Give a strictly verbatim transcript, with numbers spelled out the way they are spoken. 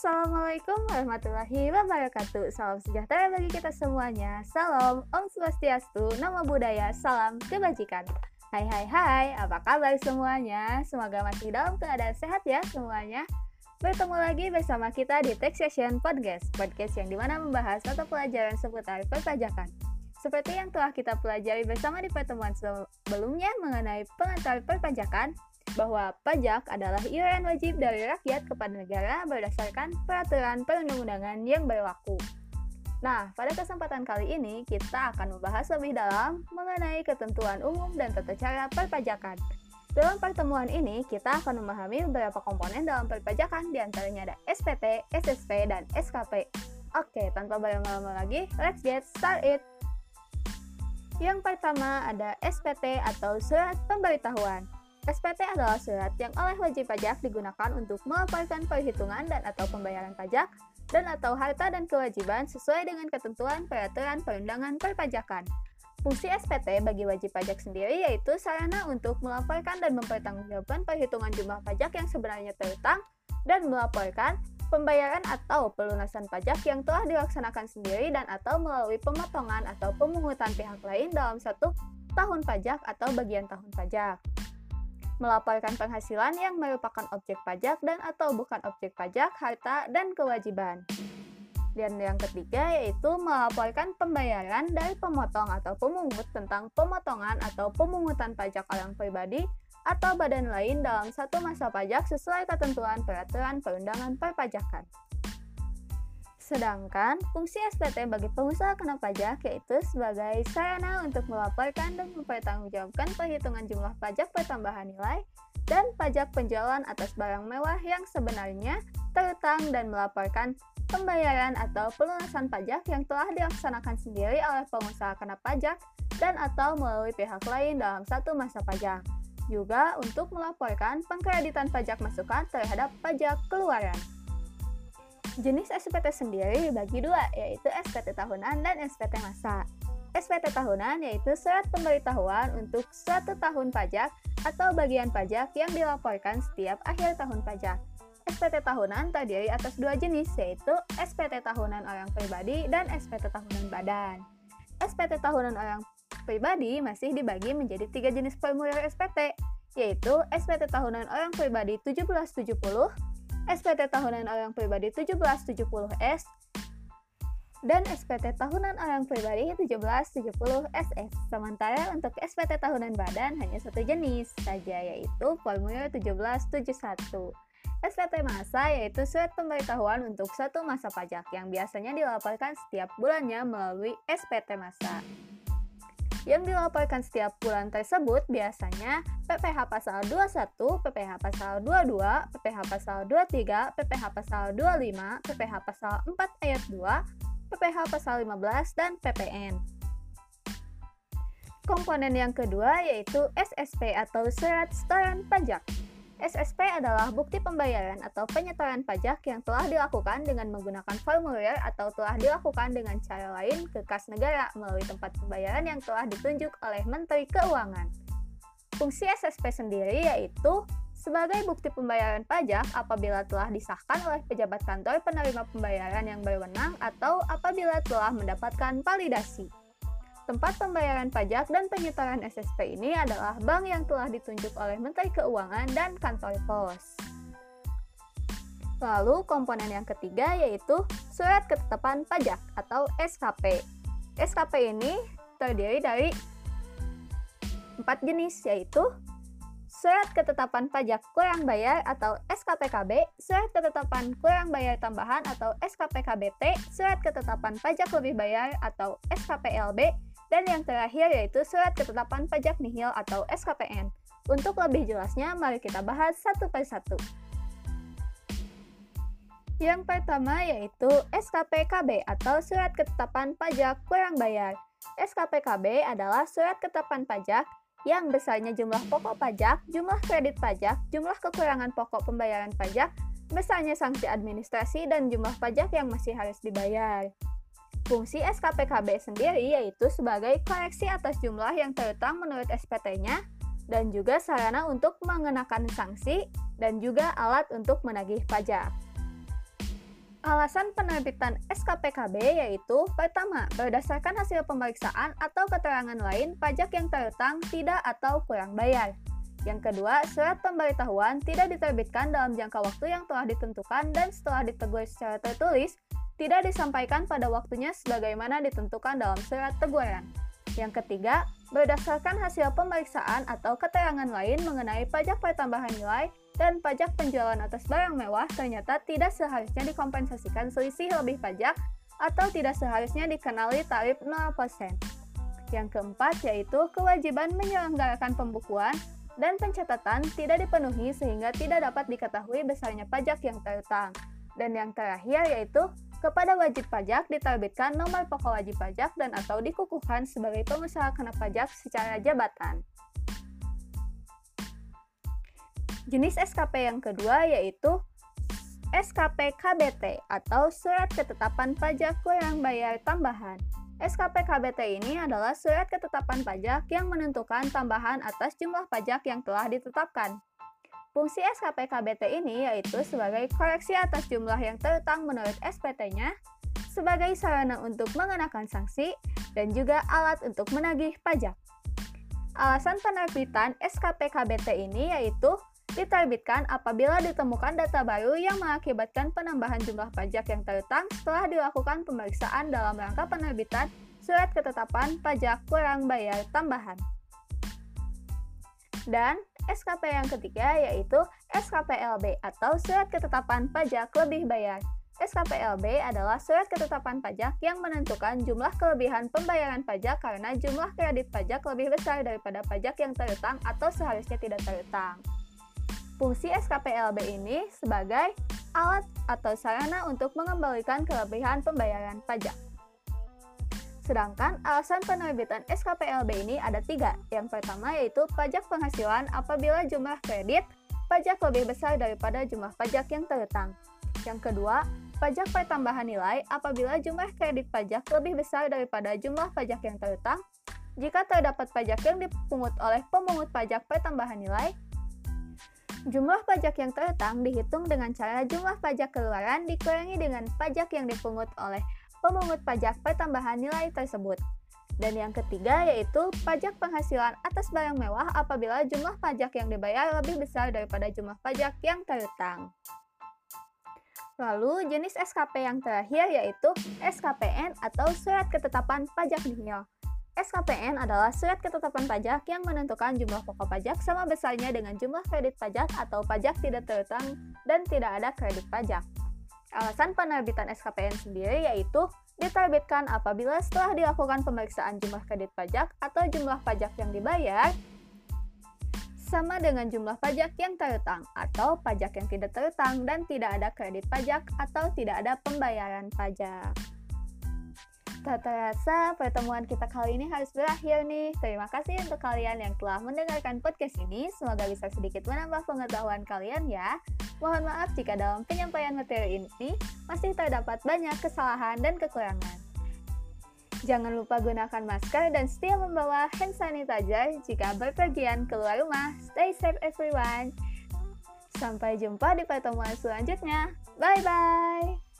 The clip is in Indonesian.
Assalamualaikum warahmatullahi wabarakatuh. Salam sejahtera bagi kita semuanya. Salam Om Swastiastu, Namo Buddhaya, salam kebajikan. Hai hai hai, apa kabar semuanya? Semoga masih dalam keadaan sehat ya semuanya. Bertemu lagi bersama kita di Tax Session Podcast, podcast yang dimana membahas atau pelajaran seputar perpajakan. Seperti yang telah kita pelajari bersama di pertemuan sebelumnya mengenai pengantar perpajakan, bahwa pajak adalah iuran wajib dari rakyat kepada negara berdasarkan peraturan perundang-undangan yang berlaku. Nah, pada kesempatan kali ini kita akan membahas lebih dalam mengenai ketentuan umum dan tata cara perpajakan. Dalam pertemuan ini, kita akan memahami beberapa komponen dalam perpajakan, diantaranya ada S P T, S S P, dan S K P. Oke, tanpa berlama-lama lagi, let's get started! Yang pertama ada S P T atau Surat Pemberitahuan. S P T adalah surat yang oleh wajib pajak digunakan untuk melaporkan perhitungan dan atau pembayaran pajak dan atau harta dan kewajiban sesuai dengan ketentuan peraturan perundangan perpajakan. Fungsi S P T bagi wajib pajak sendiri yaitu sarana untuk melaporkan dan mempertanggungjawabkan perhitungan jumlah pajak yang sebenarnya terutang dan melaporkan pembayaran atau pelunasan pajak yang telah dilaksanakan sendiri dan atau melalui pemotongan atau pemungutan pihak lain dalam satu tahun pajak atau bagian tahun pajak. Melaporkan penghasilan yang merupakan objek pajak dan atau bukan objek pajak, harta, dan kewajiban. Dan yang ketiga yaitu melaporkan pembayaran dari pemotong atau pemungut tentang pemotongan atau pemungutan pajak orang pribadi atau badan lain dalam satu masa pajak sesuai ketentuan peraturan perundangan perpajakan. Sedangkan fungsi S P T bagi pengusaha kena pajak yaitu sebagai sarana untuk melaporkan dan mempertanggungjawabkan perhitungan jumlah pajak pertambahan nilai dan pajak penjualan atas barang mewah yang sebenarnya terutang dan melaporkan pembayaran atau pelunasan pajak yang telah dilaksanakan sendiri oleh pengusaha kena pajak dan atau melalui pihak lain dalam satu masa pajak. Juga untuk melaporkan pengkreditan pajak masukan terhadap pajak keluaran. Jenis S P T sendiri dibagi dua, yaitu S P T tahunan dan S P T masa. S P T tahunan yaitu surat pemberitahuan untuk suatu tahun pajak atau bagian pajak yang dilaporkan setiap akhir tahun pajak. S P T tahunan terdiri atas dua jenis, yaitu S P T tahunan orang pribadi dan S P T tahunan badan. S P T tahunan orang pribadi masih dibagi menjadi tiga jenis formulir S P T, yaitu S P T tahunan orang pribadi tujuh belas tujuh puluh, S P T tahunan orang pribadi tujuh belas tujuh puluh S, dan S P T tahunan orang pribadi tujuh belas tujuh puluh S S. Sementara untuk S P T tahunan badan hanya satu jenis saja, yaitu formulir tujuh belas tujuh puluh satu. S P T masa yaitu surat pemberitahuan untuk satu masa pajak yang biasanya dilaporkan setiap bulannya melalui S P T masa. Yang dilaporkan setiap bulan tersebut biasanya P P H pasal dua puluh satu, P P H pasal dua puluh dua, P P H pasal dua puluh tiga, P P H pasal dua puluh lima, P P H pasal empat ayat dua, P P H pasal lima belas, dan P P N. Komponen yang kedua yaitu S S P atau Surat Setoran Pajak. S S P adalah bukti pembayaran atau penyetoran pajak yang telah dilakukan dengan menggunakan formulir atau telah dilakukan dengan cara lain ke kas negara melalui tempat pembayaran yang telah ditunjuk oleh Menteri Keuangan. Fungsi S S P sendiri yaitu sebagai bukti pembayaran pajak apabila telah disahkan oleh pejabat kantor penerima pembayaran yang berwenang atau apabila telah mendapatkan validasi. Tempat pembayaran pajak dan penyetoran S S P ini adalah bank yang telah ditunjuk oleh Menteri Keuangan dan kantor pos. Lalu komponen yang ketiga yaitu Surat Ketetapan Pajak atau S K P. S K P ini terdiri dari empat jenis yaitu Surat Ketetapan Pajak Kurang Bayar atau S K P K B, Surat Ketetapan Kurang Bayar Tambahan atau S K P K B T, Surat Ketetapan Pajak Lebih Bayar atau S K P L B, dan yang terakhir yaitu Surat Ketetapan Pajak Nihil atau S K P N. Untuk lebih jelasnya, mari kita bahas satu persatu. Yang pertama yaitu S K P K B atau Surat Ketetapan Pajak Kurang Bayar. S K P K B adalah surat ketetapan pajak yang besarnya jumlah pokok pajak, jumlah kredit pajak, jumlah kekurangan pokok pembayaran pajak, besarnya sanksi administrasi, dan jumlah pajak yang masih harus dibayar. Fungsi S K P K B sendiri yaitu sebagai koreksi atas jumlah yang terutang menurut S P T-nya dan juga sarana untuk mengenakan sanksi dan juga alat untuk menagih pajak. Alasan penerbitan S K P K B yaitu pertama, berdasarkan hasil pemeriksaan atau keterangan lain pajak yang terutang tidak atau kurang bayar. Yang kedua, surat pemberitahuan tidak diterbitkan dalam jangka waktu yang telah ditentukan dan setelah ditegur secara tertulis, tidak disampaikan pada waktunya sebagaimana ditentukan dalam surat teguran. Yang ketiga, berdasarkan hasil pemeriksaan atau keterangan lain mengenai pajak pertambahan nilai dan pajak penjualan atas barang mewah ternyata tidak seharusnya dikompensasikan selisih lebih pajak atau tidak seharusnya dikenali tarif nol persen. Yang keempat yaitu kewajiban menyelenggarakan pembukuan dan pencatatan tidak dipenuhi sehingga tidak dapat diketahui besarnya pajak yang terutang. Dan yang terakhir yaitu kepada wajib pajak diterbitkan nomor pokok wajib pajak dan atau dikukuhkan sebagai pengusaha kena pajak secara jabatan. Jenis S K P yang kedua yaitu S K P K B T atau Surat Ketetapan Pajak Kurang Bayar Tambahan. S K P K B T ini adalah surat ketetapan pajak yang menentukan tambahan atas jumlah pajak yang telah ditetapkan. Fungsi S K P K B T ini yaitu sebagai koreksi atas jumlah yang terutang menurut S P T-nya, sebagai sarana untuk mengenakan sanksi, dan juga alat untuk menagih pajak. Alasan penerbitan S K P K B T ini yaitu diterbitkan apabila ditemukan data baru yang mengakibatkan penambahan jumlah pajak yang terutang setelah dilakukan pemeriksaan dalam rangka penerbitan surat ketetapan pajak kurang bayar tambahan. Dan S K P yang ketiga yaitu S K P L B atau Surat Ketetapan Pajak Lebih Bayar. S K P L B adalah surat ketetapan pajak yang menentukan jumlah kelebihan pembayaran pajak karena jumlah kredit pajak lebih besar daripada pajak yang terutang atau seharusnya tidak terutang. Fungsi S K P L B ini sebagai alat atau sarana untuk mengembalikan kelebihan pembayaran pajak. Sedangkan alasan penerbitan S K P L B ini ada tiga. Yang pertama yaitu pajak penghasilan apabila jumlah kredit pajak lebih besar daripada jumlah pajak yang terutang. Yang kedua, pajak pertambahan nilai apabila jumlah kredit pajak lebih besar daripada jumlah pajak yang terutang. Jika terdapat pajak yang dipungut oleh pemungut pajak pertambahan nilai, jumlah pajak yang terutang dihitung dengan cara jumlah pajak keluaran dikurangi dengan pajak yang dipungut oleh pemungut pajak pertambahan nilai tersebut. Dan yang ketiga yaitu pajak penghasilan atas barang mewah apabila jumlah pajak yang dibayar lebih besar daripada jumlah pajak yang terutang. Lalu jenis S K P yang terakhir yaitu S K P N atau Surat Ketetapan Pajak Nihil. S K P N adalah surat ketetapan pajak yang menentukan jumlah pokok pajak sama besarnya dengan jumlah kredit pajak atau pajak tidak terutang dan tidak ada kredit pajak. Alasan penerbitan S K P N sendiri yaitu diterbitkan apabila setelah dilakukan pemeriksaan jumlah kredit pajak atau jumlah pajak yang dibayar sama dengan jumlah pajak yang terutang atau pajak yang tidak terutang dan tidak ada kredit pajak atau tidak ada pembayaran pajak. Tak terasa pertemuan kita kali ini harus berakhir nih. Terima kasih untuk kalian yang telah mendengarkan podcast ini. Semoga bisa sedikit menambah pengetahuan kalian ya. Mohon maaf jika dalam penyampaian materi ini masih terdapat banyak kesalahan dan kekurangan. Jangan lupa gunakan masker dan setia membawa hand sanitizer jika berpergian keluar rumah. Stay safe everyone. Sampai jumpa di pertemuan selanjutnya. Bye-bye.